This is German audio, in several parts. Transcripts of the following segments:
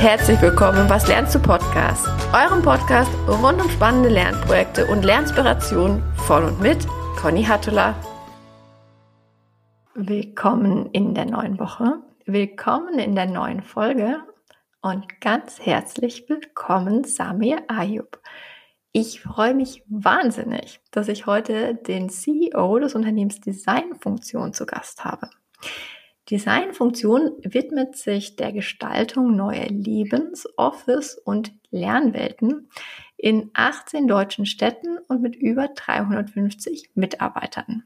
herzlich willkommen im Was lernst du Podcast, eurem Podcast rund um spannende Lernprojekte und Lerninspiration von und mit Conny Hattula. Willkommen in der neuen Woche, willkommen in der neuen Folge und ganz herzlich willkommen Samir Ayub. Ich freue mich wahnsinnig, dass ich heute den CEO des Unternehmens Designfunktion zu Gast habe. Designfunktion widmet sich der Gestaltung neuer Lebens-, Office- und Lernwelten in 18 deutschen Städten und mit über 350 Mitarbeitern.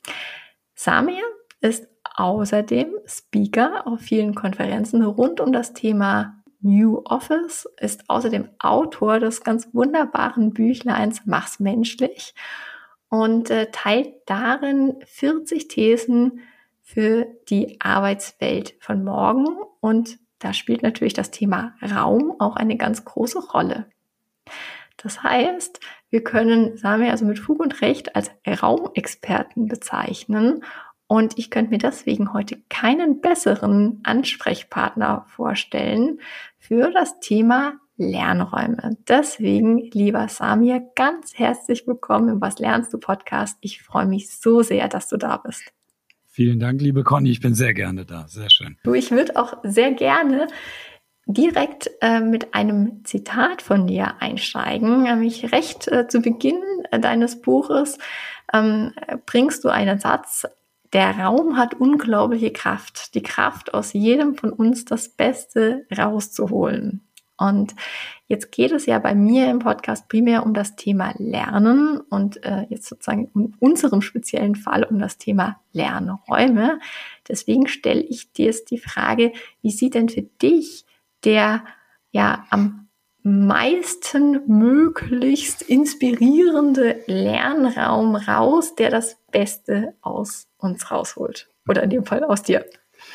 Samir ist außerdem Speaker auf vielen Konferenzen rund um das Thema New Office, ist außerdem Autor des ganz wunderbaren Büchleins Mach's menschlich und teilt darin 40 Thesen für die Arbeitswelt von morgen. Und da spielt natürlich das Thema Raum auch eine ganz große Rolle. Das heißt, wir können Samir also mit Fug und Recht als Raumexperten bezeichnen. Und ich könnte mir deswegen heute keinen besseren Ansprechpartner vorstellen für das Thema Lernräume. Deswegen, lieber Samir, ganz herzlich willkommen im Was lernst du Podcast. Ich freue mich so sehr, dass du da bist. Vielen Dank, liebe Conny. Ich bin sehr gerne da. Sehr schön. Du, ich würde auch sehr gerne direkt mit einem Zitat von dir einsteigen. Nämlich recht zu Beginn deines Buches bringst du einen Satz: Der Raum hat unglaubliche Kraft. Die Kraft, aus jedem von uns das Beste rauszuholen. Und jetzt geht es ja bei mir im Podcast primär um das Thema Lernen und jetzt sozusagen in unserem speziellen Fall um das Thema Lernräume. Deswegen stelle ich dir jetzt die Frage, wie sieht denn für dich der ja am meisten möglichst inspirierende Lernraum raus, der das Beste aus uns rausholt? Oder in dem Fall aus dir.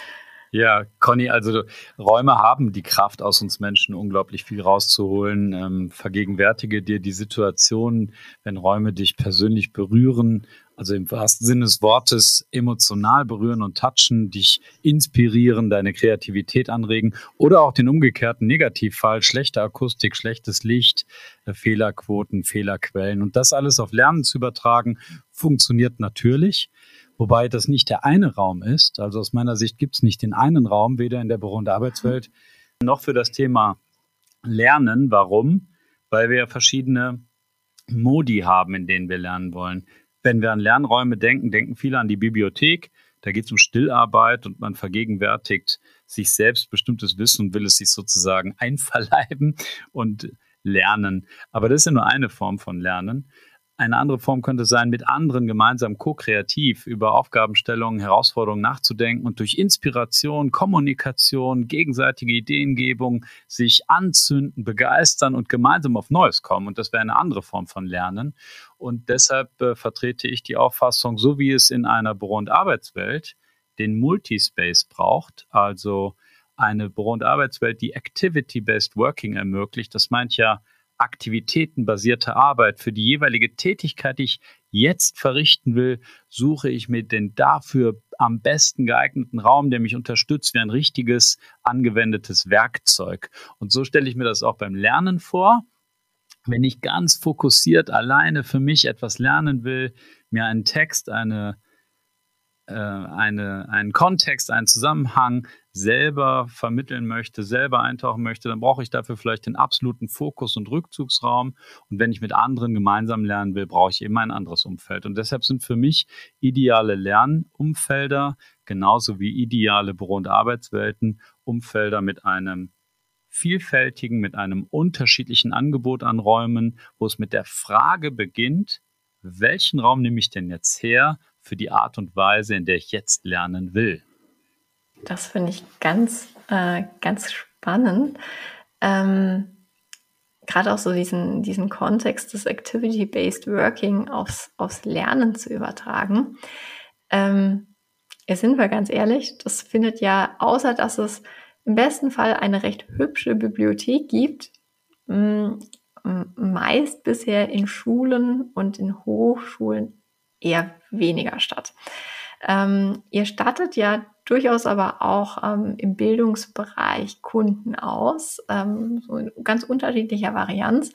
Ja, Conny, also Räume haben die Kraft, aus uns Menschen unglaublich viel rauszuholen. Vergegenwärtige dir die Situation, wenn Räume dich persönlich berühren, also im wahrsten Sinne des Wortes emotional berühren und touchen, dich inspirieren, deine Kreativität anregen oder auch den umgekehrten Negativfall, schlechte Akustik, schlechtes Licht, Fehlerquoten, Fehlerquellen. Und das alles auf Lernen zu übertragen, funktioniert natürlich. Wobei das nicht der eine Raum ist. Also aus meiner Sicht gibt es nicht den einen Raum, weder in der Büro- und Arbeitswelt noch für das Thema Lernen. Warum? Weil wir ja verschiedene Modi haben, in denen wir lernen wollen. Wenn wir an Lernräume denken, denken viele an die Bibliothek. Da geht es um Stillarbeit und man vergegenwärtigt sich selbst bestimmtes Wissen und will es sich sozusagen einverleiben und lernen. Aber das ist ja nur eine Form von Lernen. Eine andere Form könnte sein, mit anderen gemeinsam ko-kreativ über Aufgabenstellungen, Herausforderungen nachzudenken und durch Inspiration, Kommunikation, gegenseitige Ideengebung sich anzünden, begeistern und gemeinsam auf Neues kommen. Und das wäre eine andere Form von Lernen. Und deshalb vertrete ich die Auffassung, so wie es in einer Büro- und Arbeitswelt den Multispace braucht, also eine Büro- und Arbeitswelt, die Activity-Based Working ermöglicht. Das meint ja aktivitätenbasierte Arbeit. Für die jeweilige Tätigkeit, die ich jetzt verrichten will, suche ich mir den dafür am besten geeigneten Raum, der mich unterstützt wie ein richtiges, angewendetes Werkzeug. Und so stelle ich mir das auch beim Lernen vor. Wenn ich ganz fokussiert alleine für mich etwas lernen will, mir einen Text, einen Kontext, einen Zusammenhang selber vermitteln möchte, selber eintauchen möchte, dann brauche ich dafür vielleicht den absoluten Fokus- und Rückzugsraum. Und wenn ich mit anderen gemeinsam lernen will, brauche ich eben ein anderes Umfeld. Und deshalb sind für mich ideale Lernumfelder genauso wie ideale Büro- und Arbeitswelten Umfelder mit einem vielfältigen, mit einem unterschiedlichen Angebot an Räumen, wo es mit der Frage beginnt, welchen Raum nehme ich denn jetzt her für die Art und Weise, in der ich jetzt lernen will. Das finde ich ganz spannend. Gerade auch so diesen Kontext des Activity-Based Working aufs Lernen zu übertragen. Sind wir ganz ehrlich, das findet ja, außer dass es im besten Fall eine recht hübsche Bibliothek gibt, meist bisher in Schulen und in Hochschulen eher weniger statt. Ihr startet ja durchaus aber auch im Bildungsbereich Kunden aus, so in ganz unterschiedlicher Varianz.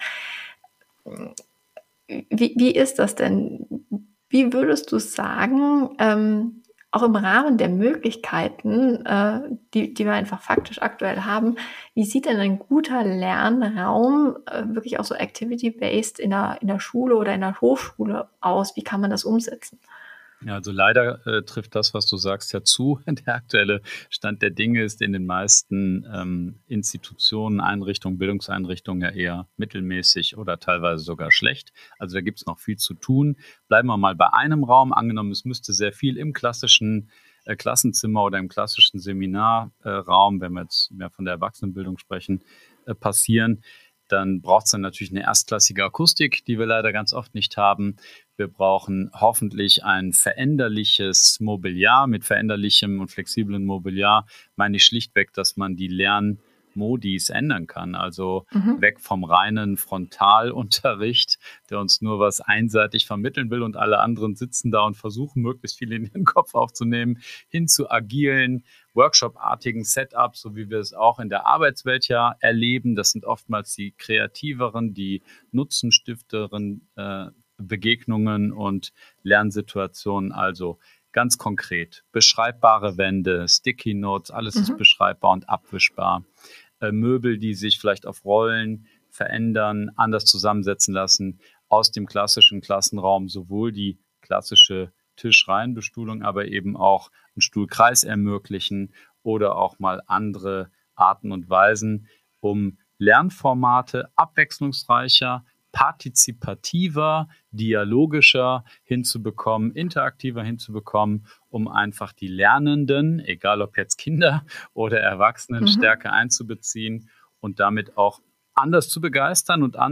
Wie ist das denn? Wie würdest du sagen, auch im Rahmen der Möglichkeiten, die wir einfach faktisch aktuell haben, wie sieht denn ein guter Lernraum, wirklich auch so activity-based in der Schule oder in der Hochschule aus? Wie kann man das umsetzen? Ja, also leider trifft das, was du sagst, ja zu. Der aktuelle Stand der Dinge ist in den meisten Institutionen, Einrichtungen, Bildungseinrichtungen ja eher mittelmäßig oder teilweise sogar schlecht. Also da gibt es noch viel zu tun. Bleiben wir mal bei einem Raum. Angenommen, es müsste sehr viel im klassischen Klassenzimmer oder im klassischen Seminarraum, wenn wir jetzt mehr von der Erwachsenenbildung sprechen, passieren. Dann braucht es dann natürlich eine erstklassige Akustik, die wir leider ganz oft nicht haben. Wir brauchen hoffentlich ein veränderliches Mobiliar. Mit veränderlichem und flexiblen Mobiliar meine ich schlichtweg, dass man die Lernmodis ändern kann. Also weg vom reinen Frontalunterricht, der uns nur was einseitig vermitteln will und alle anderen sitzen da und versuchen, möglichst viel in ihren Kopf aufzunehmen, hin zu agilen, Workshop-artigen Setups, so wie wir es auch in der Arbeitswelt ja erleben. Das sind oftmals die kreativeren, die nutzenstifteren Begegnungen und Lernsituationen. Also ganz konkret, beschreibbare Wände, Sticky Notes, alles ist beschreibbar und abwischbar. Möbel, die sich vielleicht auf Rollen verändern, anders zusammensetzen lassen, aus dem klassischen Klassenraum sowohl die klassische Tischreihenbestuhlung, aber eben auch einen Stuhlkreis ermöglichen oder auch mal andere Arten und Weisen, um Lernformate abwechslungsreicher, partizipativer, dialogischer hinzubekommen, interaktiver hinzubekommen, um einfach die Lernenden, egal ob jetzt Kinder oder Erwachsenen, stärker einzubeziehen und damit auch anders zu begeistern und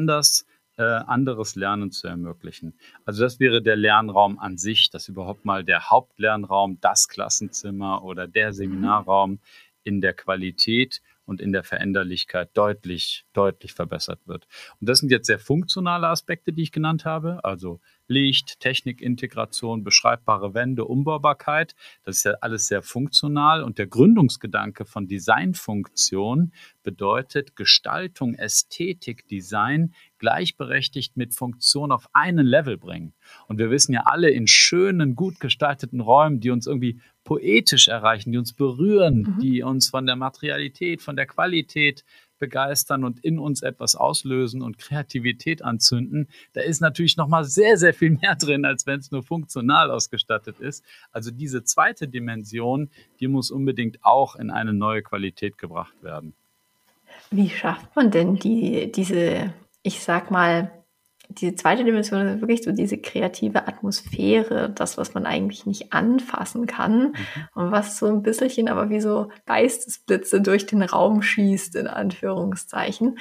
anderes Lernen zu ermöglichen. Also das wäre der Lernraum an sich, dass überhaupt mal der Hauptlernraum, das Klassenzimmer oder der Seminarraum in der Qualität und in der Veränderlichkeit deutlich, deutlich verbessert wird. Und das sind jetzt sehr funktionale Aspekte, die ich genannt habe, also Licht, Technikintegration, beschreibbare Wände, Umbaubarkeit. Das ist ja alles sehr funktional und der Gründungsgedanke von Designfunktion bedeutet Gestaltung, Ästhetik, Design gleichberechtigt mit Funktion auf einen Level bringen. Und wir wissen ja alle in schönen, gut gestalteten Räumen, die uns irgendwie poetisch erreichen, die uns berühren, die uns von der Materialität, von der Qualität begeistern und in uns etwas auslösen und Kreativität anzünden, da ist natürlich noch mal sehr, sehr viel mehr drin, als wenn es nur funktional ausgestattet ist. Also diese zweite Dimension, die muss unbedingt auch in eine neue Qualität gebracht werden. Wie schafft man denn diese, ich sag mal, diese zweite Dimension ist wirklich so diese kreative Atmosphäre, das, was man eigentlich nicht anfassen kann und was so ein bisschen aber wie so Geistesblitze durch den Raum schießt, in Anführungszeichen.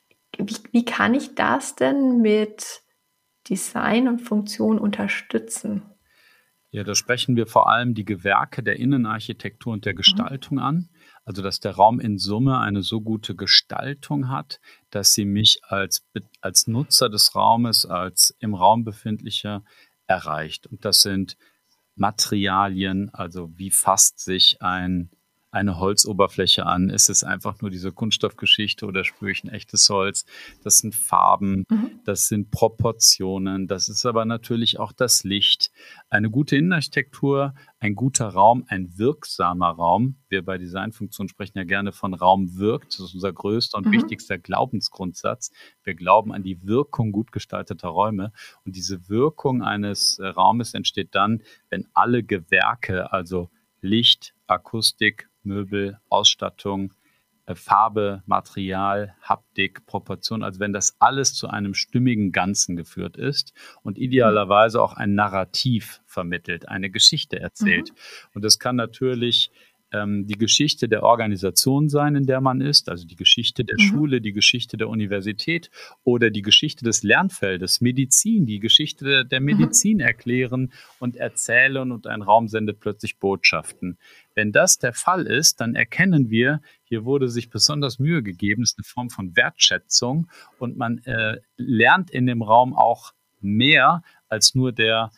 Wie kann ich das denn mit Design und Funktion unterstützen? Ja, da sprechen wir vor allem die Gewerke der Innenarchitektur und der Gestaltung an. Also, dass der Raum in Summe eine so gute Gestaltung hat, dass sie mich als Nutzer des Raumes, als im Raum befindlicher erreicht. Und das sind Materialien, also wie fasst sich eine Holzoberfläche an? Ist es einfach nur diese Kunststoffgeschichte oder spüre ich ein echtes Holz? Das sind Farben, das sind Proportionen, das ist aber natürlich auch das Licht. Eine gute Innenarchitektur, ein guter Raum, ein wirksamer Raum. Wir bei Designfunktion sprechen ja gerne von Raum wirkt. Das ist unser größter und wichtigster Glaubensgrundsatz. Wir glauben an die Wirkung gut gestalteter Räume. Und diese Wirkung eines Raumes entsteht dann, wenn alle Gewerke, also Licht, Akustik, Möbel, Ausstattung, Farbe, Material, Haptik, Proportion, also wenn das alles zu einem stimmigen Ganzen geführt ist und idealerweise auch ein Narrativ vermittelt, eine Geschichte erzählt. Und das kann natürlich die Geschichte der Organisation sein, in der man ist, also die Geschichte der Schule, die Geschichte der Universität oder die Geschichte des Lernfeldes, Medizin, die Geschichte der Medizin erklären und erzählen und ein Raum sendet plötzlich Botschaften. Wenn das der Fall ist, dann erkennen wir, hier wurde sich besonders Mühe gegeben, es ist eine Form von Wertschätzung und man lernt in dem Raum auch mehr als nur der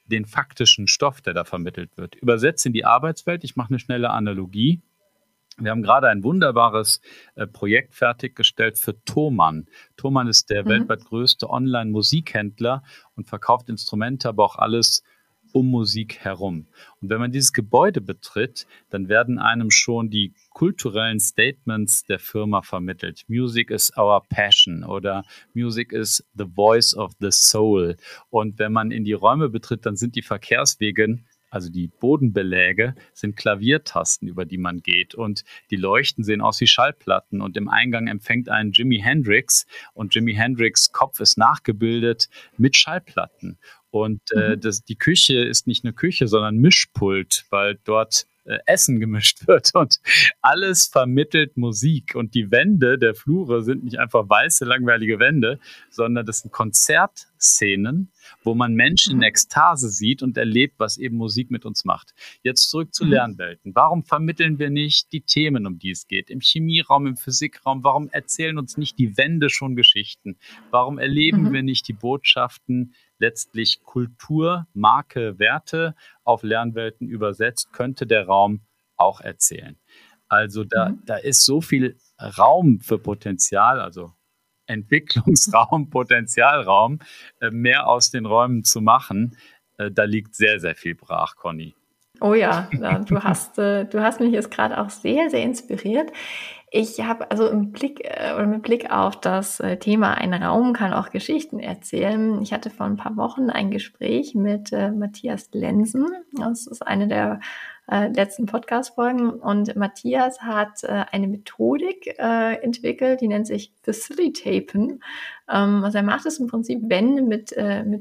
den faktischen Stoff, der da vermittelt wird. Übersetzt in die Arbeitswelt. Ich mache eine schnelle Analogie. Wir haben gerade ein wunderbares Projekt fertiggestellt für Thomann. Thomann ist der weltweit größte Online-Musikhändler und verkauft Instrumente, aber auch alles um Musik herum. Und wenn man dieses Gebäude betritt, dann werden einem schon die kulturellen Statements der Firma vermittelt. Music is our passion oder Music is the voice of the soul. Und wenn man in die Räume betritt, dann sind die Verkehrswege, also die Bodenbeläge, sind Klaviertasten, über die man geht. Und die Leuchten sehen aus wie Schallplatten. Und im Eingang empfängt einen Jimi Hendrix. Und Jimi Hendrix' Kopf ist nachgebildet mit Schallplatten. Und die Küche ist nicht eine Küche, sondern ein Mischpult, weil dort Essen gemischt wird. Und alles vermittelt Musik. Und die Wände der Flure sind nicht einfach weiße, langweilige Wände, sondern das sind Konzertszenen, wo man Menschen in Ekstase sieht und erlebt, was eben Musik mit uns macht. Jetzt zurück zu Lernwelten. Warum vermitteln wir nicht die Themen, um die es geht? Im Chemieraum, im Physikraum, warum erzählen uns nicht die Wände schon Geschichten? Warum erleben wir nicht die Botschaften, letztlich Kultur, Marke, Werte auf Lernwelten übersetzt, könnte der Raum auch erzählen. Also da ist so viel Raum für Potenzial, also Entwicklungsraum, Potenzialraum, mehr aus den Räumen zu machen. Da liegt sehr, sehr viel brach, Conny. Oh ja, du hast mich jetzt gerade auch sehr, sehr inspiriert. Ich habe also mit Blick auf das Thema ein Raum kann auch Geschichten erzählen. Ich hatte vor ein paar Wochen ein Gespräch mit Matthias Lenzen. Das ist eine der letzten Podcast-Folgen. Und Matthias hat eine Methodik entwickelt, die nennt sich Facilitapen. Also er macht es im Prinzip Wände mit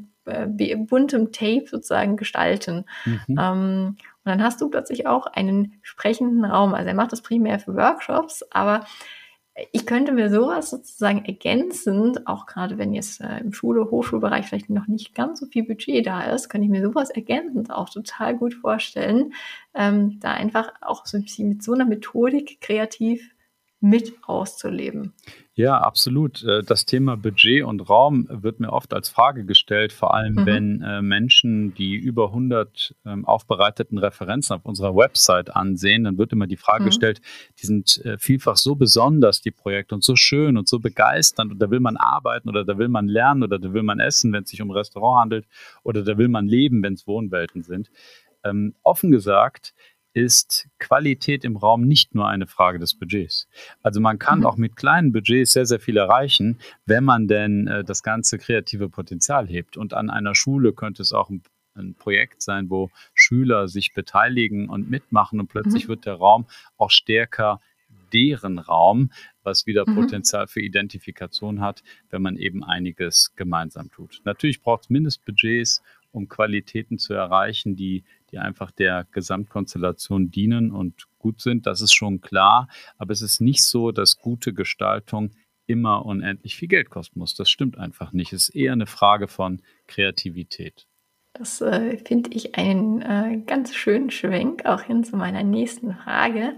buntem Tape sozusagen gestalten. Und dann hast du plötzlich auch einen sprechenden Raum. Also er macht das primär für Workshops, aber ich könnte mir sowas sozusagen ergänzend, auch gerade wenn jetzt im Hochschulbereich vielleicht noch nicht ganz so viel Budget da ist, könnte ich mir sowas ergänzend auch total gut vorstellen, da einfach auch so mit so einer Methodik kreativ mit auszuleben. Ja, absolut. Das Thema Budget und Raum wird mir oft als Frage gestellt, vor allem wenn Menschen die über 100 aufbereiteten Referenzen auf unserer Website ansehen, dann wird immer die Frage gestellt, die sind vielfach so besonders, die Projekte, und so schön und so begeisternd, und da will man arbeiten oder da will man lernen oder da will man essen, wenn es sich um Restaurant handelt, oder da will man leben, wenn es Wohnwelten sind. Offen gesagt ist Qualität im Raum nicht nur eine Frage des Budgets. Also man kann auch mit kleinen Budgets sehr, sehr viel erreichen, wenn man denn das ganze kreative Potenzial hebt. Und an einer Schule könnte es auch ein Projekt sein, wo Schüler sich beteiligen und mitmachen, und plötzlich wird der Raum auch stärker deren Raum, was wieder Potenzial für Identifikation hat, wenn man eben einiges gemeinsam tut. Natürlich braucht es Mindestbudgets, um Qualitäten zu erreichen, die einfach der Gesamtkonstellation dienen und gut sind. Das ist schon klar. Aber es ist nicht so, dass gute Gestaltung immer unendlich viel Geld kosten muss. Das stimmt einfach nicht. Es ist eher eine Frage von Kreativität. Das finde ich einen ganz schönen Schwenk auch hin zu meiner nächsten Frage.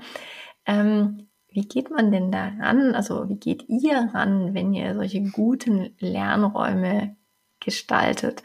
Wie geht man denn da ran? Also wie geht ihr ran, wenn ihr solche guten Lernräume gestaltet?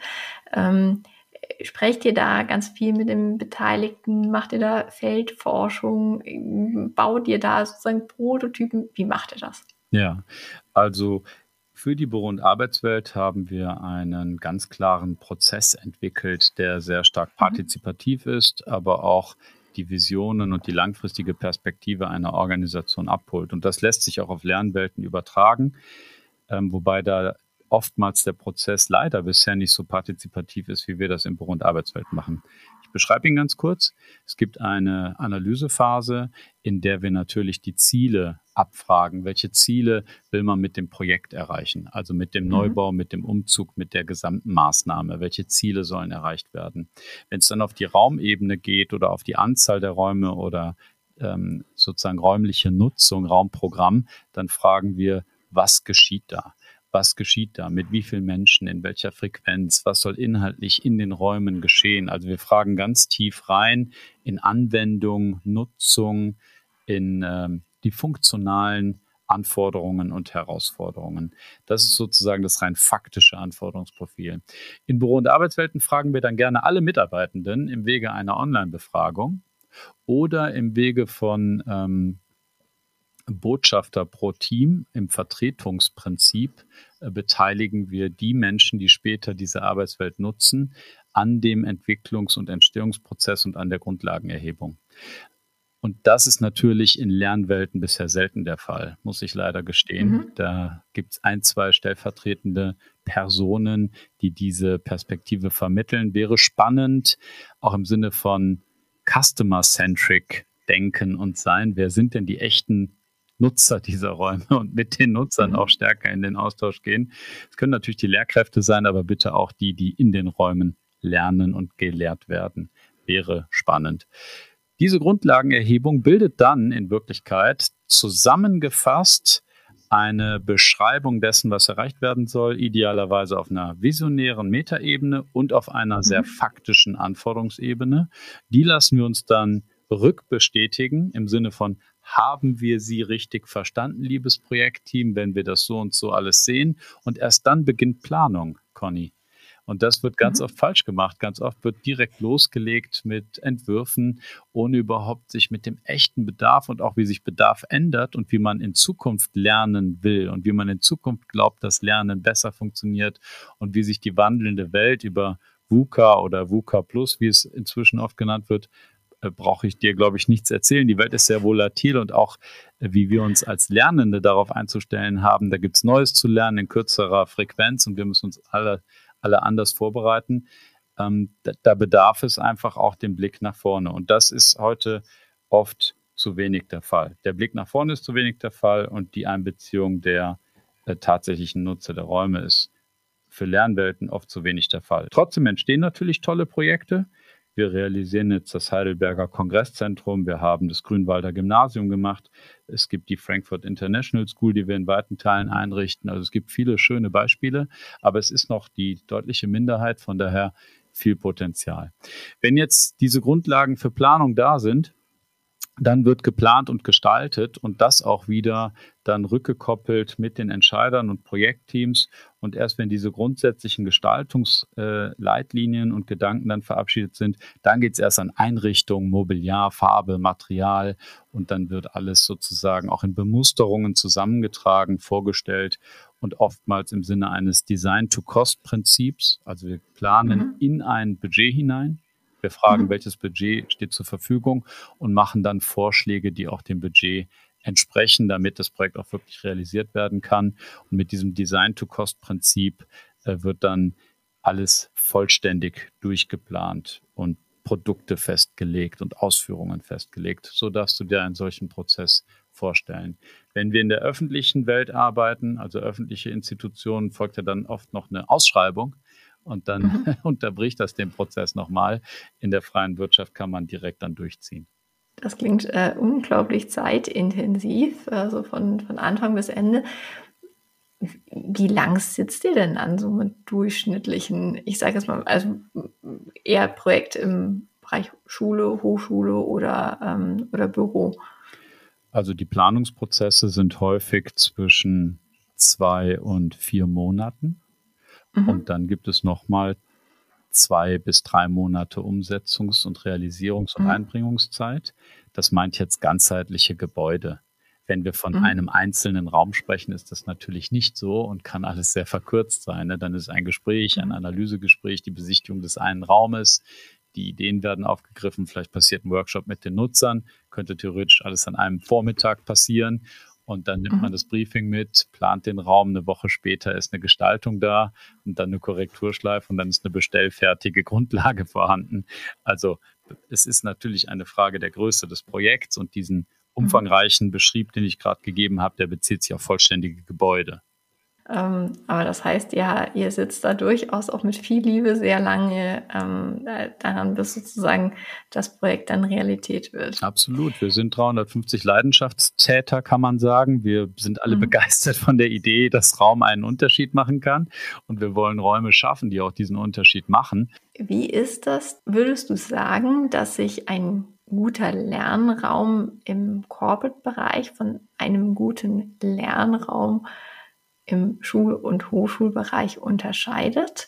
Sprecht ihr da ganz viel mit den Beteiligten? Macht ihr da Feldforschung? Baut ihr da sozusagen Prototypen? Wie macht ihr das? Ja, also für die Büro- und Arbeitswelt haben wir einen ganz klaren Prozess entwickelt, der sehr stark partizipativ ist, aber auch die Visionen und die langfristige Perspektive einer Organisation abholt. Und das lässt sich auch auf Lernwelten übertragen, wobei da oftmals der Prozess leider bisher nicht so partizipativ ist, wie wir das im Büro- und Arbeitswelt machen. Ich beschreibe ihn ganz kurz. Es gibt eine Analysephase, in der wir natürlich die Ziele abfragen. Welche Ziele will man mit dem Projekt erreichen? Also mit dem Neubau, mit dem Umzug, mit der gesamten Maßnahme. Welche Ziele sollen erreicht werden? Wenn es dann auf die Raumebene geht oder auf die Anzahl der Räume oder sozusagen räumliche Nutzung, Raumprogramm, dann fragen wir, was geschieht da? Was geschieht da? Mit wie vielen Menschen? In welcher Frequenz? Was soll inhaltlich in den Räumen geschehen? Also wir fragen ganz tief rein in Anwendung, Nutzung, in die funktionalen Anforderungen und Herausforderungen. Das ist sozusagen das rein faktische Anforderungsprofil. In Büro- und Arbeitswelten fragen wir dann gerne alle Mitarbeitenden im Wege einer Online-Befragung oder im Wege von Botschafter pro Team. Im Vertretungsprinzip beteiligen wir die Menschen, die später diese Arbeitswelt nutzen, an dem Entwicklungs- und Entstehungsprozess und an der Grundlagenerhebung. Und das ist natürlich in Lernwelten bisher selten der Fall, muss ich leider gestehen. Da gibt es 1, 2 stellvertretende Personen, die diese Perspektive vermitteln. Wäre spannend, auch im Sinne von Customer-Centric denken und sein. Wer sind denn die echten Nutzer dieser Räume und mit den Nutzern auch stärker in den Austausch gehen? Es können natürlich die Lehrkräfte sein, aber bitte auch die, die in den Räumen lernen und gelehrt werden. Wäre spannend. Diese Grundlagenerhebung bildet dann in Wirklichkeit zusammengefasst eine Beschreibung dessen, was erreicht werden soll, idealerweise auf einer visionären Metaebene und auf einer sehr faktischen Anforderungsebene. Die lassen wir uns dann rückbestätigen im Sinne von, haben wir sie richtig verstanden, liebes Projektteam, wenn wir das so und so alles sehen? Und erst dann beginnt Planung, Conny. Und das wird ganz oft falsch gemacht. Ganz oft wird direkt losgelegt mit Entwürfen, ohne überhaupt sich mit dem echten Bedarf und auch wie sich Bedarf ändert und wie man in Zukunft lernen will und wie man in Zukunft glaubt, dass Lernen besser funktioniert und wie sich die wandelnde Welt über VUCA oder VUCA Plus, wie es inzwischen oft genannt wird, brauche ich dir, glaube ich, nichts erzählen. Die Welt ist sehr volatil und auch, wie wir uns als Lernende darauf einzustellen haben, da gibt es Neues zu lernen in kürzerer Frequenz und wir müssen uns alle anders vorbereiten. Da bedarf es einfach auch den Blick nach vorne. Und das ist heute oft zu wenig der Fall. Der Blick nach vorne ist zu wenig der Fall und die Einbeziehung der tatsächlichen Nutzer der Räume ist für Lernwelten oft zu wenig der Fall. Trotzdem entstehen natürlich tolle Projekte. Wir realisieren jetzt das Heidelberger Kongresszentrum. Wir haben das Grünwalder Gymnasium gemacht. Es gibt die Frankfurt International School, die wir in weiten Teilen einrichten. Also es gibt viele schöne Beispiele, aber es ist noch die deutliche Minderheit, von daher viel Potenzial. Wenn jetzt diese Grundlagen für Planung da sind, dann wird geplant und gestaltet und das auch wieder dann rückgekoppelt mit den Entscheidern und Projektteams. Und erst wenn diese grundsätzlichen Gestaltungsleitlinien und Gedanken dann verabschiedet sind, dann geht es erst an Einrichtung, Mobiliar, Farbe, Material und dann wird alles sozusagen auch in Bemusterungen zusammengetragen, vorgestellt und oftmals im Sinne eines Design-to-Cost-Prinzips. Also wir planen in ein Budget hinein. Wir fragen, welches Budget steht zur Verfügung und machen dann Vorschläge, die auch dem Budget entsprechen, damit das Projekt auch wirklich realisiert werden kann. Und mit diesem Design-to-Cost-Prinzip wird dann alles vollständig durchgeplant und Produkte festgelegt und Ausführungen festgelegt. So darfst du dir einen solchen Prozess vorstellen. Wenn wir in der öffentlichen Welt arbeiten, also öffentliche Institutionen, folgt ja dann oft noch eine Ausschreibung. Und dann unterbricht das den Prozess nochmal. In der freien Wirtschaft kann man direkt dann durchziehen. Das klingt unglaublich zeitintensiv, also von Anfang bis Ende. Wie lang sitzt ihr denn an so einem durchschnittlichen, ich sage jetzt mal, also eher Projekt im Bereich Schule, Hochschule oder Büro? Also die Planungsprozesse sind häufig zwischen 2 und 4 Monaten. Und dann gibt es nochmal 2 bis 3 Monate Umsetzungs- und Realisierungs- und Einbringungszeit. Das meint jetzt ganzheitliche Gebäude. Wenn wir von einem einzelnen Raum sprechen, ist das natürlich nicht so und kann alles sehr verkürzt sein. Ne? Dann ist ein Gespräch, ein Analysegespräch, die Besichtigung des einen Raumes, die Ideen werden aufgegriffen, vielleicht passiert ein Workshop mit den Nutzern, könnte theoretisch alles an einem Vormittag passieren. Und dann nimmt man das Briefing mit, plant den Raum, eine Woche später ist eine Gestaltung da und dann eine Korrekturschleife und dann ist eine bestellfertige Grundlage vorhanden. Also es ist natürlich eine Frage der Größe des Projekts und diesen umfangreichen Beschrieb, den ich gerade gegeben habe, der bezieht sich auf vollständige Gebäude. Aber das heißt, ja, ihr sitzt da durchaus auch mit viel Liebe sehr lange daran, bis sozusagen das Projekt dann Realität wird. Absolut. Wir sind 350 Leidenschaftstäter, kann man sagen. Wir sind alle begeistert von der Idee, dass Raum einen Unterschied machen kann. Und wir wollen Räume schaffen, die auch diesen Unterschied machen. Wie ist das? Würdest du sagen, dass sich ein guter Lernraum im Corporate-Bereich von einem guten Lernraum im Schul- und Hochschulbereich unterscheidet?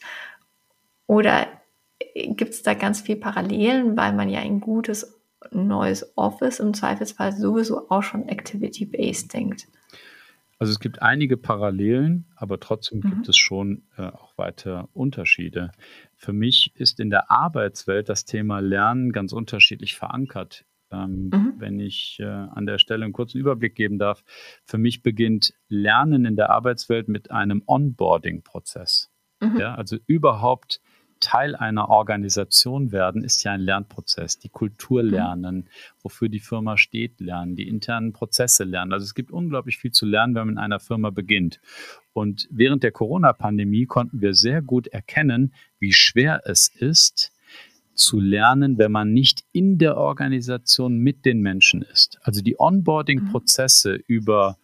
Oder gibt es da ganz viel Parallelen, weil man ja ein gutes neues Office im Zweifelsfall sowieso auch schon activity-based denkt? Also es gibt einige Parallelen, aber trotzdem gibt es schon auch weite Unterschiede. Für mich ist in der Arbeitswelt das Thema Lernen ganz unterschiedlich verankert. Mhm. Wenn ich an der Stelle einen kurzen Überblick geben darf, für mich beginnt Lernen in der Arbeitswelt mit einem Onboarding-Prozess. Ja, Mhm. also überhaupt Teil einer Organisation werden, ist ja ein Lernprozess. Die Kultur Mhm. lernen, wofür die Firma steht, lernen, die internen Prozesse lernen. Also es gibt unglaublich viel zu lernen, wenn man in einer Firma beginnt. Und während der Corona-Pandemie konnten wir sehr gut erkennen, wie schwer es ist, zu lernen, wenn man nicht in der Organisation mit den Menschen ist. Also die Mhm. Onboarding-Prozesse über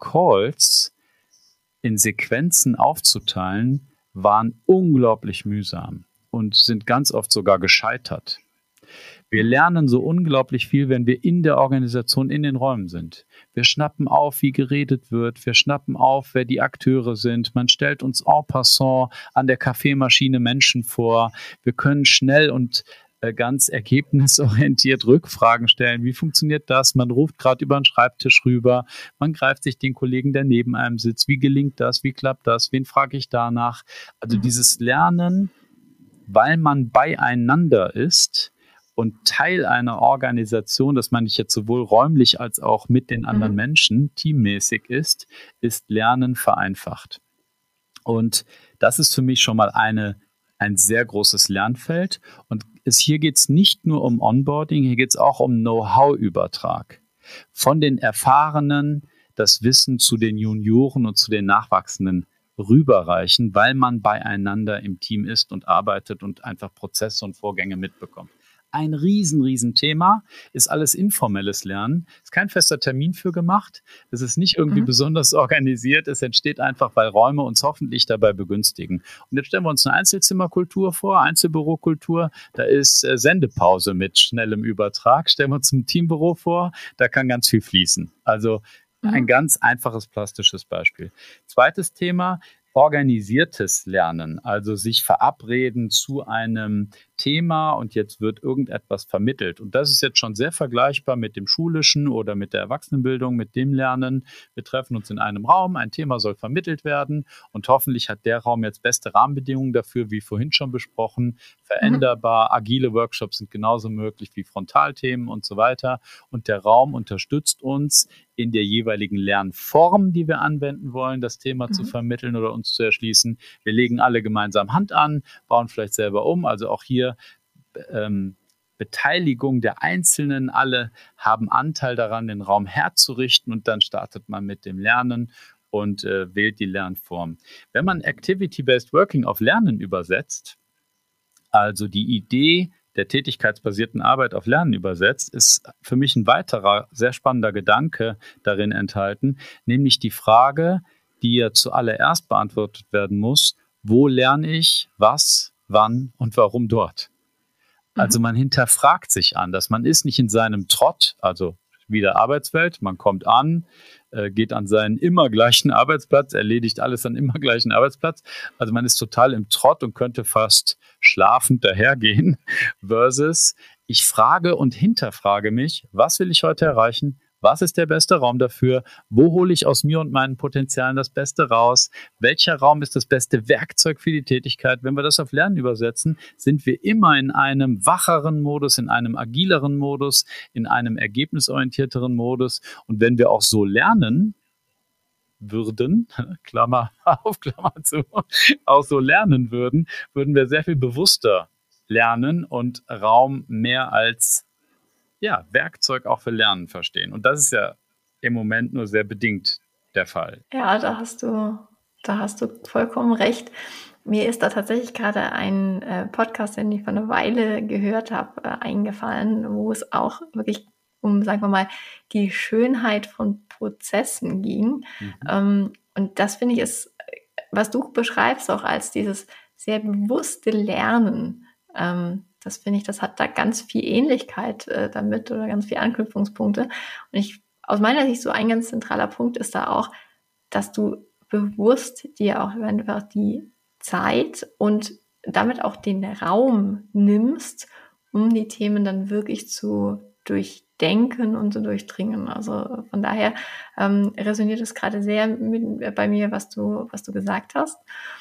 Calls in Sequenzen aufzuteilen, waren unglaublich mühsam und sind ganz oft sogar gescheitert. Wir Mhm. lernen so unglaublich viel, wenn wir in der Organisation, in den Räumen sind. Wir schnappen auf, wie geredet wird. Wir schnappen auf, wer die Akteure sind. Man stellt uns en passant an der Kaffeemaschine Menschen vor. Wir können schnell und ganz ergebnisorientiert Rückfragen stellen. Wie funktioniert das? Man ruft gerade über den Schreibtisch rüber. Man greift sich den Kollegen, der neben einem sitzt. Wie gelingt das? Wie klappt das? Wen frage ich danach? Also Mhm. dieses Lernen, weil man beieinander ist und Teil einer Organisation, das meine ich jetzt sowohl räumlich als auch mit den anderen Mhm. Menschen, teammäßig ist Lernen vereinfacht. Und das ist für mich schon mal ein sehr großes Lernfeld. Und hier geht es nicht nur um Onboarding, hier geht es auch um Know-how-Übertrag. Von den Erfahrenen das Wissen zu den Junioren und zu den Nachwachsenden rüberreichen, weil man beieinander im Team ist und arbeitet und einfach Prozesse und Vorgänge mitbekommt. Ein riesen Thema ist alles informelles Lernen. Ist kein fester Termin für gemacht. Es ist nicht irgendwie Mhm. besonders organisiert. Es entsteht einfach, weil Räume uns hoffentlich dabei begünstigen. Und jetzt stellen wir uns eine Einzelzimmerkultur vor, Einzelbürokultur. Da ist Sendepause mit schnellem Übertrag. Stellen wir uns ein Teambüro vor, da kann ganz viel fließen. Also ein Mhm. ganz einfaches plastisches Beispiel. Zweites Thema, organisiertes Lernen, also sich verabreden zu einem Thema und jetzt wird irgendetwas vermittelt. Und das ist jetzt schon sehr vergleichbar mit dem schulischen oder mit der Erwachsenenbildung, mit dem Lernen. Wir treffen uns in einem Raum, ein Thema soll vermittelt werden und hoffentlich hat der Raum jetzt beste Rahmenbedingungen dafür, wie vorhin schon besprochen, Mhm. veränderbar. Agile Workshops sind genauso möglich wie Frontalthemen und so weiter. Und der Raum unterstützt uns in der jeweiligen Lernform, die wir anwenden wollen, das Thema zu Mhm. vermitteln oder uns zu erschließen. Wir legen alle gemeinsam Hand an, bauen vielleicht selber um. Also auch hier Beteiligung der Einzelnen. Alle haben Anteil daran, den Raum herzurichten und dann startet man mit dem Lernen und wählt die Lernform. Wenn man Activity-Based Working auf Lernen übersetzt, also die Idee der tätigkeitsbasierten Arbeit auf Lernen übersetzt, ist für mich ein weiterer sehr spannender Gedanke darin enthalten, nämlich die Frage, die ja zuallererst beantwortet werden muss: Wo lerne ich was, wann und warum dort? Also Mhm. man hinterfragt sich anders. Man ist nicht in seinem Trott, also wieder Arbeitswelt. Man kommt an, geht an seinen immer gleichen Arbeitsplatz, erledigt alles an immer gleichen Arbeitsplatz. Also man ist total im Trott und könnte fast schlafend dahergehen. Versus ich frage und hinterfrage mich, was will ich heute erreichen? Was ist der beste Raum dafür? Wo hole ich aus mir und meinen Potenzialen das Beste raus? Welcher Raum ist das beste Werkzeug für die Tätigkeit? Wenn wir das auf Lernen übersetzen, sind wir immer in einem wacheren Modus, in einem agileren Modus, in einem ergebnisorientierteren Modus. Und wenn wir auch so lernen würden, Klammer auf, Klammer zu, auch so lernen würden, würden wir sehr viel bewusster lernen und Raum mehr als ja, Werkzeug auch für Lernen verstehen. Und das ist ja im Moment nur sehr bedingt der Fall. Ja, da hast du vollkommen recht. Mir ist da tatsächlich gerade ein Podcast, den ich vor einer Weile gehört habe, eingefallen, wo es auch wirklich um, sagen wir mal, die Schönheit von Prozessen ging. Mhm. Und das finde ich ist, was du beschreibst, auch als dieses sehr bewusste Lernen. das finde ich, das hat da ganz viel Ähnlichkeit damit oder ganz viele Anknüpfungspunkte. Und aus meiner Sicht, so ein ganz zentraler Punkt ist da auch, dass du bewusst dir auch einfach die Zeit und damit auch den Raum nimmst, um die Themen dann wirklich zu durchdenken und zu durchdringen. Also von daher resoniert es gerade sehr bei mir, was du gesagt hast.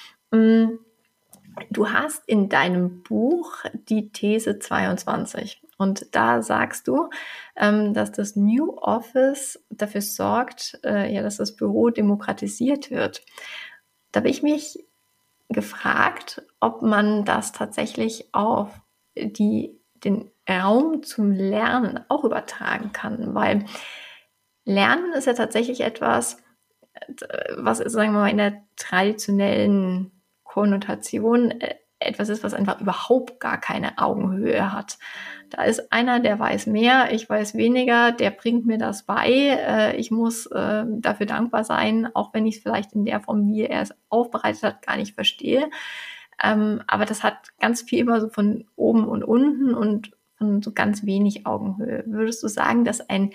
Du hast in deinem Buch die These 22 und da sagst du, dass das New Office dafür sorgt, dass das Büro demokratisiert wird. Da habe ich mich gefragt, ob man das tatsächlich auf den Raum zum Lernen auch übertragen kann, weil Lernen ist ja tatsächlich etwas, was, sagen wir mal, in der traditionellen Konnotation etwas ist, was einfach überhaupt gar keine Augenhöhe hat. Da ist einer, der weiß mehr, ich weiß weniger, der bringt mir das bei. Ich muss dafür dankbar sein, auch wenn ich es vielleicht in der Form, wie er es aufbereitet hat, gar nicht verstehe. Aber das hat ganz viel immer so von oben und unten und von so ganz wenig Augenhöhe. Würdest du sagen, dass ein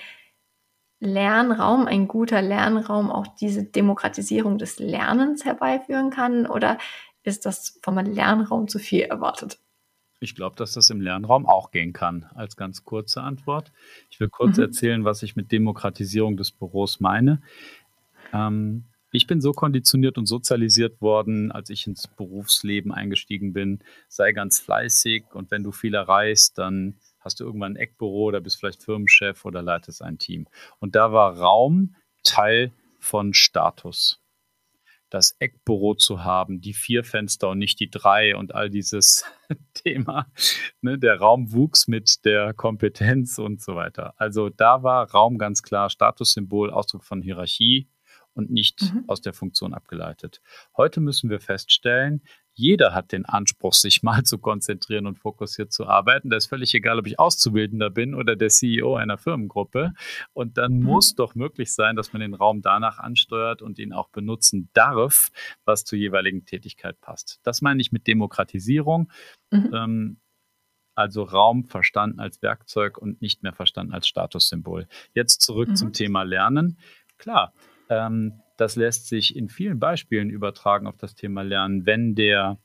guter Lernraum auch diese Demokratisierung des Lernens herbeiführen kann? Oder ist das vom Lernraum zu viel erwartet? Ich glaube, dass das im Lernraum auch gehen kann, als ganz kurze Antwort. Ich will kurz erzählen, was ich mit Demokratisierung des Büros meine. Ich bin so konditioniert und sozialisiert worden, als ich ins Berufsleben eingestiegen bin, sei ganz fleißig und wenn du viel erreichst, dann hast du irgendwann ein Eckbüro oder bist vielleicht Firmenchef oder leitest ein Team. Und da war Raum Teil von Status. Das Eckbüro zu haben, die 4 Fenster und nicht die 3 und all dieses Thema. Ne, der Raum wuchs mit der Kompetenz und so weiter. Also da war Raum ganz klar Statussymbol, Ausdruck von Hierarchie und nicht aus der Funktion abgeleitet. Heute müssen wir feststellen, jeder hat den Anspruch, sich mal zu konzentrieren und fokussiert zu arbeiten. Da ist völlig egal, ob ich Auszubildender bin oder der CEO einer Firmengruppe. Und dann muss doch möglich sein, dass man den Raum danach ansteuert und ihn auch benutzen darf, was zur jeweiligen Tätigkeit passt. Das meine ich mit Demokratisierung. Also Raum verstanden als Werkzeug und nicht mehr verstanden als Statussymbol. Jetzt zurück zum Thema Lernen. Klar, das lässt sich in vielen Beispielen übertragen auf das Thema Lernen, wenn der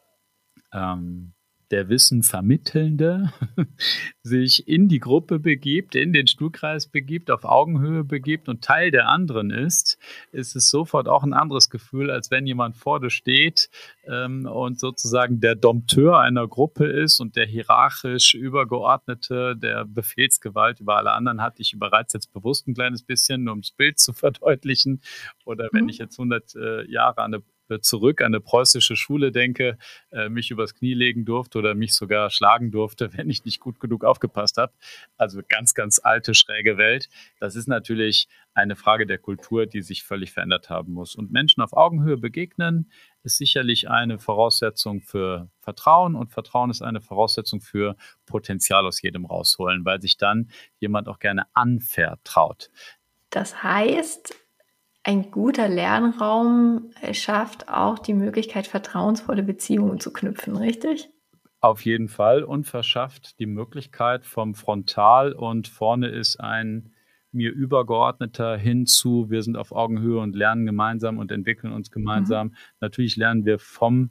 Wissen Vermittelnde sich in die Gruppe begibt, in den Stuhlkreis begibt, auf Augenhöhe begibt und Teil der anderen ist es sofort auch ein anderes Gefühl, als wenn jemand vor dir steht und sozusagen der Dompteur einer Gruppe ist und der hierarchisch Übergeordnete, der Befehlsgewalt über alle anderen hat. Ich überreize jetzt bewusst ein kleines bisschen, nur um das Bild zu verdeutlichen. Oder wenn ich jetzt 100 Jahre zurück an eine preußische Schule denke, mich übers Knie legen durfte oder mich sogar schlagen durfte, wenn ich nicht gut genug aufgepasst habe. Also ganz, ganz alte, schräge Welt. Das ist natürlich eine Frage der Kultur, die sich völlig verändert haben muss. Und Menschen auf Augenhöhe begegnen, ist sicherlich eine Voraussetzung für Vertrauen und Vertrauen ist eine Voraussetzung für Potenzial aus jedem rausholen, weil sich dann jemand auch gerne anvertraut. Das heißt, ein guter Lernraum schafft auch die Möglichkeit, vertrauensvolle Beziehungen zu knüpfen, richtig? Auf jeden Fall und verschafft die Möglichkeit vom Frontal und vorne ist ein mir übergeordneter hinzu, wir sind auf Augenhöhe und lernen gemeinsam und entwickeln uns gemeinsam. Natürlich lernen wir vom,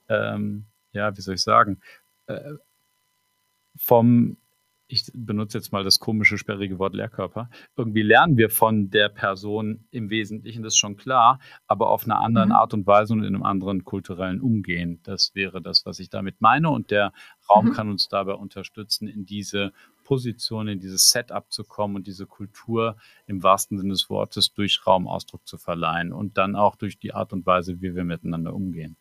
ich benutze jetzt mal das komische, sperrige Wort Lehrkörper. Irgendwie lernen wir von der Person im Wesentlichen, das ist schon klar, aber auf einer anderen Art und Weise und in einem anderen kulturellen Umgehen. Das wäre das, was ich damit meine. Und der Raum kann uns dabei unterstützen, in diese Position, in dieses Setup zu kommen und diese Kultur im wahrsten Sinne des Wortes durch Raum Ausdruck zu verleihen und dann auch durch die Art und Weise, wie wir miteinander umgehen.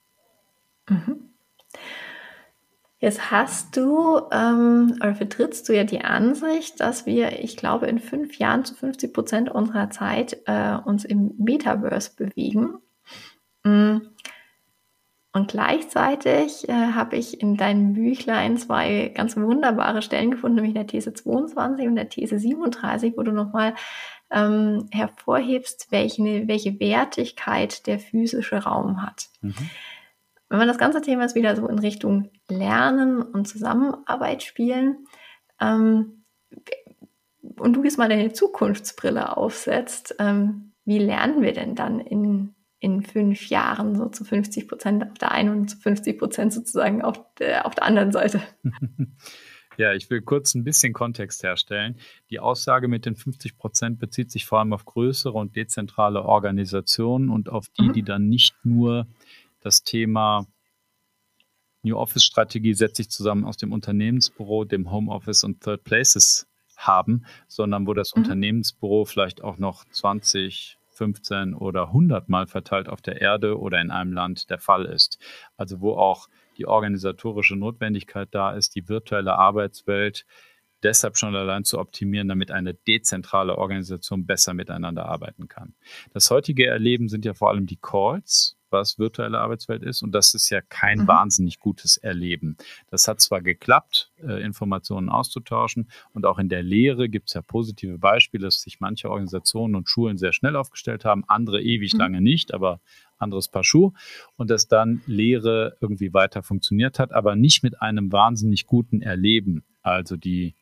Jetzt hast du oder vertrittst du ja die Ansicht, dass wir, ich glaube, in 5 Jahren zu 50% unserer Zeit uns im Metaverse bewegen. Und gleichzeitig habe ich in deinem Büchlein 2 ganz wunderbare Stellen gefunden, nämlich in der These 22 und der These 37, wo du nochmal hervorhebst, welche Wertigkeit der physische Raum hat. Wenn wir das ganze Thema jetzt wieder so in Richtung Lernen und Zusammenarbeit spielen, und du jetzt mal deine Zukunftsbrille aufsetzt, wie lernen wir denn dann in 5 Jahren so zu 50% auf der einen und zu 50% sozusagen auf der anderen Seite? Ja, ich will kurz ein bisschen Kontext herstellen. Die Aussage mit den 50% bezieht sich vor allem auf größere und dezentrale Organisationen und auf die dann nicht nur das Thema New Office-Strategie setze ich zusammen aus dem Unternehmensbüro, dem Homeoffice und Third Places haben, sondern wo das Unternehmensbüro vielleicht auch noch 20, 15 oder 100 Mal verteilt auf der Erde oder in einem Land der Fall ist. Also wo auch die organisatorische Notwendigkeit da ist, die virtuelle Arbeitswelt deshalb schon allein zu optimieren, damit eine dezentrale Organisation besser miteinander arbeiten kann. Das heutige Erleben sind ja vor allem die Calls, was virtuelle Arbeitswelt ist. Und das ist ja kein wahnsinnig gutes Erleben. Das hat zwar geklappt, Informationen auszutauschen. Und auch in der Lehre gibt es ja positive Beispiele, dass sich manche Organisationen und Schulen sehr schnell aufgestellt haben, andere ewig lange nicht, aber anderes Paar Schuh. Und dass dann Lehre irgendwie weiter funktioniert hat, aber nicht mit einem wahnsinnig guten Erleben. Also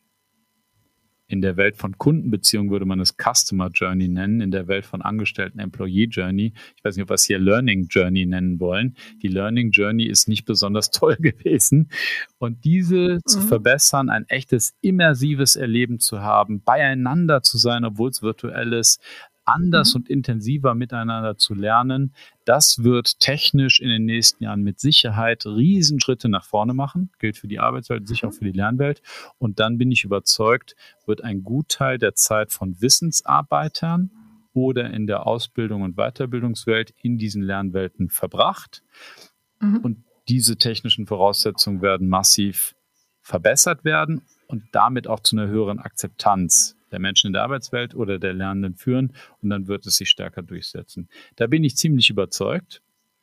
in der Welt von Kundenbeziehungen würde man es Customer Journey nennen, in der Welt von Angestellten Employee Journey. Ich weiß nicht, ob wir es hier Learning Journey nennen wollen. Die Learning Journey ist nicht besonders toll gewesen. Und diese zu verbessern, ein echtes immersives Erleben zu haben, beieinander zu sein, obwohl es virtuell ist, anders und intensiver miteinander zu lernen, das wird technisch in den nächsten Jahren mit Sicherheit Riesenschritte nach vorne machen. Gilt für die Arbeitswelt, sicher auch für die Lernwelt. Und dann bin ich überzeugt, wird ein Gutteil der Zeit von Wissensarbeitern oder in der Ausbildung- und Weiterbildungswelt in diesen Lernwelten verbracht. Und diese technischen Voraussetzungen werden massiv verbessert werden und damit auch zu einer höheren Akzeptanz der Menschen in der Arbeitswelt oder der Lernenden führen. Und dann wird es sich stärker durchsetzen. Da bin ich ziemlich überzeugt,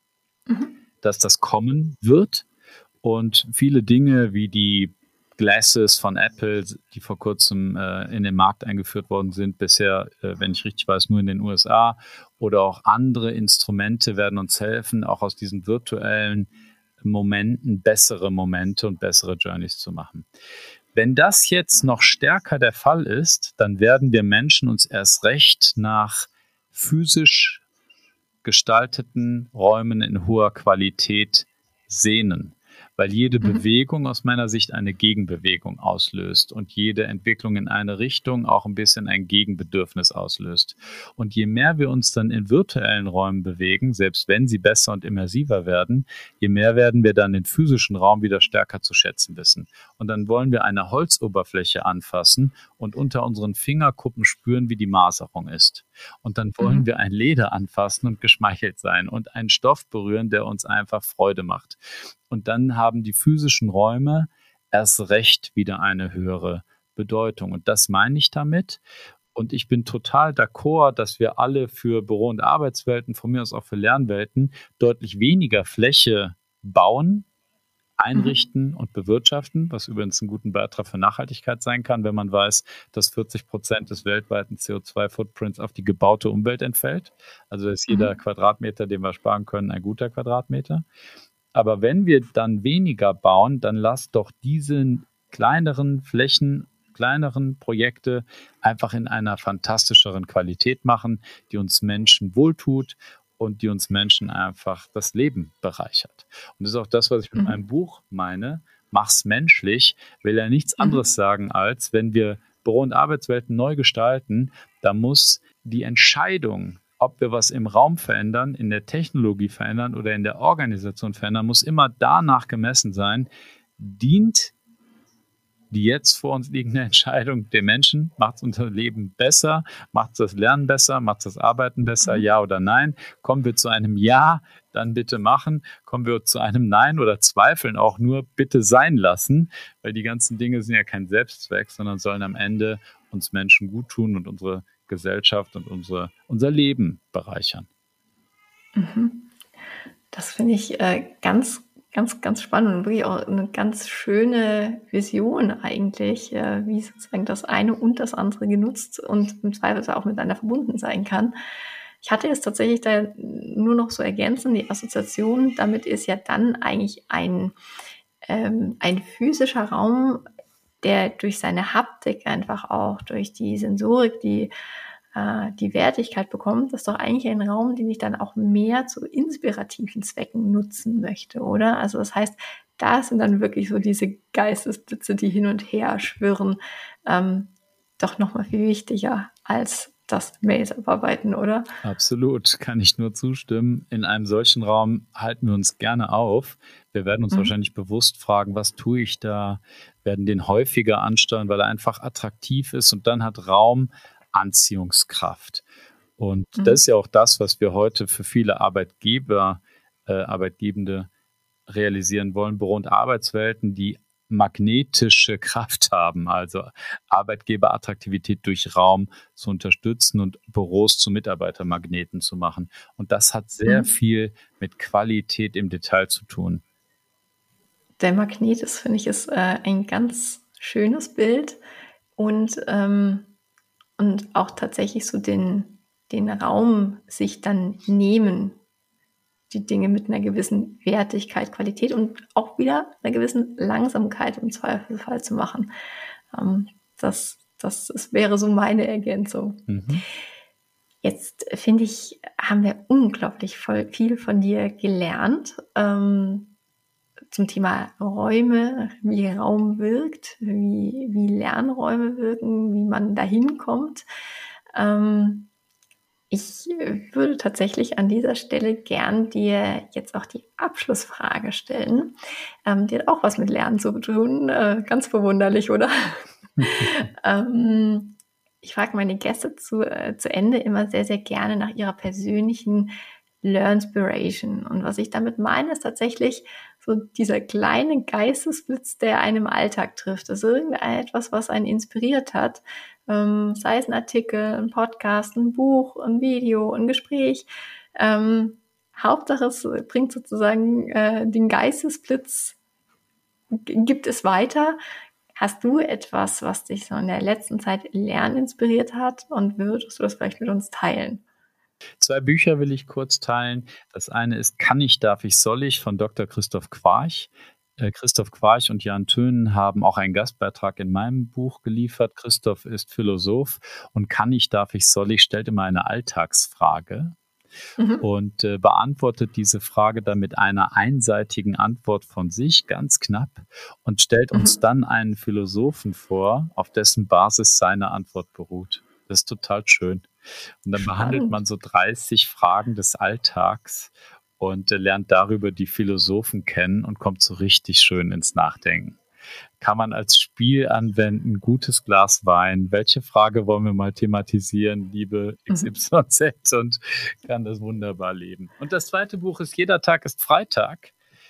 dass das kommen wird. Und viele Dinge wie die Glasses von Apple, die vor kurzem in den Markt eingeführt worden sind, bisher, wenn ich richtig weiß, nur in den USA, oder auch andere Instrumente werden uns helfen, auch aus diesen virtuellen Momenten bessere Momente und bessere Journeys zu machen. Wenn das jetzt noch stärker der Fall ist, dann werden wir Menschen uns erst recht nach physisch gestalteten Räumen in hoher Qualität sehnen, weil jede Bewegung aus meiner Sicht eine Gegenbewegung auslöst und jede Entwicklung in eine Richtung auch ein bisschen ein Gegenbedürfnis auslöst. Und je mehr wir uns dann in virtuellen Räumen bewegen, selbst wenn sie besser und immersiver werden, je mehr werden wir dann den physischen Raum wieder stärker zu schätzen wissen. Und dann wollen wir eine Holzoberfläche anfassen und unter unseren Fingerkuppen spüren, wie die Maserung ist. Und dann wollen wir ein Leder anfassen und geschmeichelt sein und einen Stoff berühren, der uns einfach Freude macht. Und dann haben die physischen Räume erst recht wieder eine höhere Bedeutung. Und das meine ich damit. Und ich bin total d'accord, dass wir alle für Büro- und Arbeitswelten, von mir aus auch für Lernwelten, deutlich weniger Fläche bauen, einrichten und bewirtschaften, was übrigens einen guten Beitrag für Nachhaltigkeit sein kann, wenn man weiß, dass 40% des weltweiten CO2-Footprints auf die gebaute Umwelt entfällt. Also ist jeder Quadratmeter, den wir sparen können, ein guter Quadratmeter. Aber wenn wir dann weniger bauen, dann lasst doch diese kleineren Flächen, kleineren Projekte einfach in einer fantastischeren Qualität machen, die uns Menschen wohltut und die uns Menschen einfach das Leben bereichert. Und das ist auch das, was ich mit meinem Buch meine. Mach's menschlich, will ja nichts anderes sagen, als wenn wir Büro- und Arbeitswelten neu gestalten, da muss die Entscheidung, ob wir was im Raum verändern, in der Technologie verändern oder in der Organisation verändern, muss immer danach gemessen sein, dient die jetzt vor uns liegende Entscheidung der Menschen, macht es unser Leben besser, macht es das Lernen besser, macht es das Arbeiten besser, ja oder nein? Kommen wir zu einem Ja, dann bitte machen. Kommen wir zu einem Nein oder Zweifeln auch nur, bitte sein lassen, weil die ganzen Dinge sind ja kein Selbstzweck, sondern sollen am Ende uns Menschen gut tun und unsere Gesellschaft und unser Leben bereichern. Das finde ich ganz, ganz, ganz spannend und wirklich auch eine ganz schöne Vision eigentlich, wie sozusagen das eine und das andere genutzt und im Zweifelsfall auch miteinander verbunden sein kann. Ich hatte jetzt tatsächlich da nur noch so ergänzend die Assoziation, damit ist ja dann eigentlich ein physischer Raum, der durch seine Haptik einfach auch, durch die Sensorik, die Wertigkeit bekommt, das ist doch eigentlich ein Raum, den ich dann auch mehr zu inspirativen Zwecken nutzen möchte, oder? Also das heißt, da sind dann wirklich so diese Geistesblitze, die hin und her schwirren, doch nochmal viel wichtiger als das Mails abarbeiten, oder? Absolut, kann ich nur zustimmen. In einem solchen Raum halten wir uns gerne auf. Wir werden uns wahrscheinlich bewusst fragen, was tue ich da? Werden den häufiger ansteuern, weil er einfach attraktiv ist, und dann hat Raum Anziehungskraft. Und das ist ja auch das, was wir heute für viele Arbeitgeber, Arbeitgebende realisieren wollen. Büro- und Arbeitswelten, die magnetische Kraft haben, also Arbeitgeberattraktivität durch Raum zu unterstützen und Büros zu Mitarbeitermagneten zu machen. Und das hat sehr viel mit Qualität im Detail zu tun. Der Magnet ist, finde ich, ist ein ganz schönes Bild und auch tatsächlich so den Raum sich dann nehmen, die Dinge mit einer gewissen Wertigkeit, Qualität und auch wieder einer gewissen Langsamkeit im Zweifelsfall zu machen. Das wäre so meine Ergänzung. Jetzt finde ich, haben wir unglaublich viel von dir gelernt zum Thema Räume, wie Raum wirkt, wie Lernräume wirken, wie man dahin kommt. Ich würde tatsächlich an dieser Stelle gern dir jetzt auch die Abschlussfrage stellen. Die hat auch was mit Lernen zu tun. Ganz verwunderlich, oder? Ich frage meine Gäste zu Ende immer sehr, sehr gerne nach ihrer persönlichen Learnspiration. Und was ich damit meine, ist tatsächlich so dieser kleine Geistesblitz, der einen im Alltag trifft. Das ist irgendetwas, was einen inspiriert hat. Sei es ein Artikel, ein Podcast, ein Buch, ein Video, ein Gespräch. Hauptsache, es bringt sozusagen den Geistesblitz, gibt es weiter. Hast du etwas, was dich so in der letzten Zeit inspiriert hat, und würdest du das vielleicht mit uns teilen? 2 Bücher will ich kurz teilen. Das eine ist „Kann ich, darf ich, soll ich" von Dr. Christoph Quarch. Christoph Quarch und Jan Tönen haben auch einen Gastbeitrag in meinem Buch geliefert. Christoph ist Philosoph, und „Kann ich, darf ich, soll ich" stellt immer eine Alltagsfrage und beantwortet diese Frage dann mit einer einseitigen Antwort von sich, ganz knapp, und stellt uns dann einen Philosophen vor, auf dessen Basis seine Antwort beruht. Das ist total schön. Und dann behandelt man so 30 Fragen des Alltags und lernt darüber die Philosophen kennen und kommt so richtig schön ins Nachdenken. Kann man als Spiel anwenden, gutes Glas Wein. Welche Frage wollen wir mal thematisieren, liebe XYZ, und kann das wunderbar leben. Und das zweite Buch ist Jeder Tag ist Freitag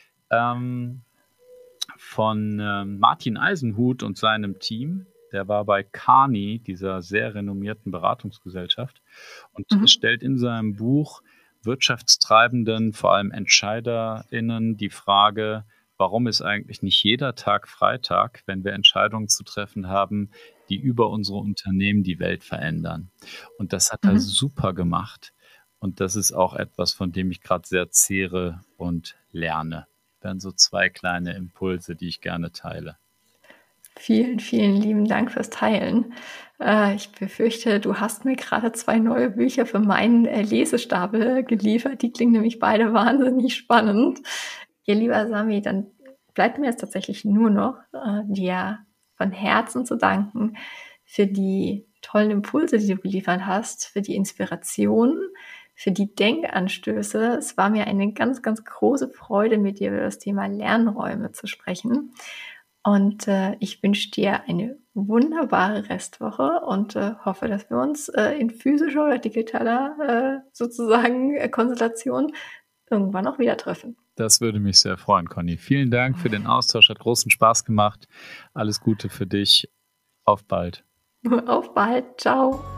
von Martin Eisenhut und seinem Team. Der war bei Kearney, dieser sehr renommierten Beratungsgesellschaft, und stellt in seinem Buch Wirtschaftstreibenden, vor allem EntscheiderInnen, die Frage, warum ist eigentlich nicht jeder Tag Freitag, wenn wir Entscheidungen zu treffen haben, die über unsere Unternehmen die Welt verändern. Und das hat er super gemacht. Und das ist auch etwas, von dem ich gerade sehr zehre und lerne. Dann so 2 kleine Impulse, die ich gerne teile. Vielen, vielen lieben Dank fürs Teilen. Ich befürchte, du hast mir gerade 2 neue Bücher für meinen Lesestapel geliefert. Die klingen nämlich beide wahnsinnig spannend. Ja, lieber Sami, dann bleibt mir jetzt tatsächlich nur noch, dir von Herzen zu danken für die tollen Impulse, die du geliefert hast, für die Inspiration, für die Denkanstöße. Es war mir eine ganz, ganz große Freude, mit dir über das Thema Lernräume zu sprechen. Und ich wünsche dir eine wunderbare Restwoche und hoffe, dass wir uns in physischer oder digitaler sozusagen Konstellation irgendwann noch wieder treffen. Das würde mich sehr freuen, Conny. Vielen Dank für den Austausch, hat großen Spaß gemacht. Alles Gute für dich. Auf bald. Auf bald. Ciao.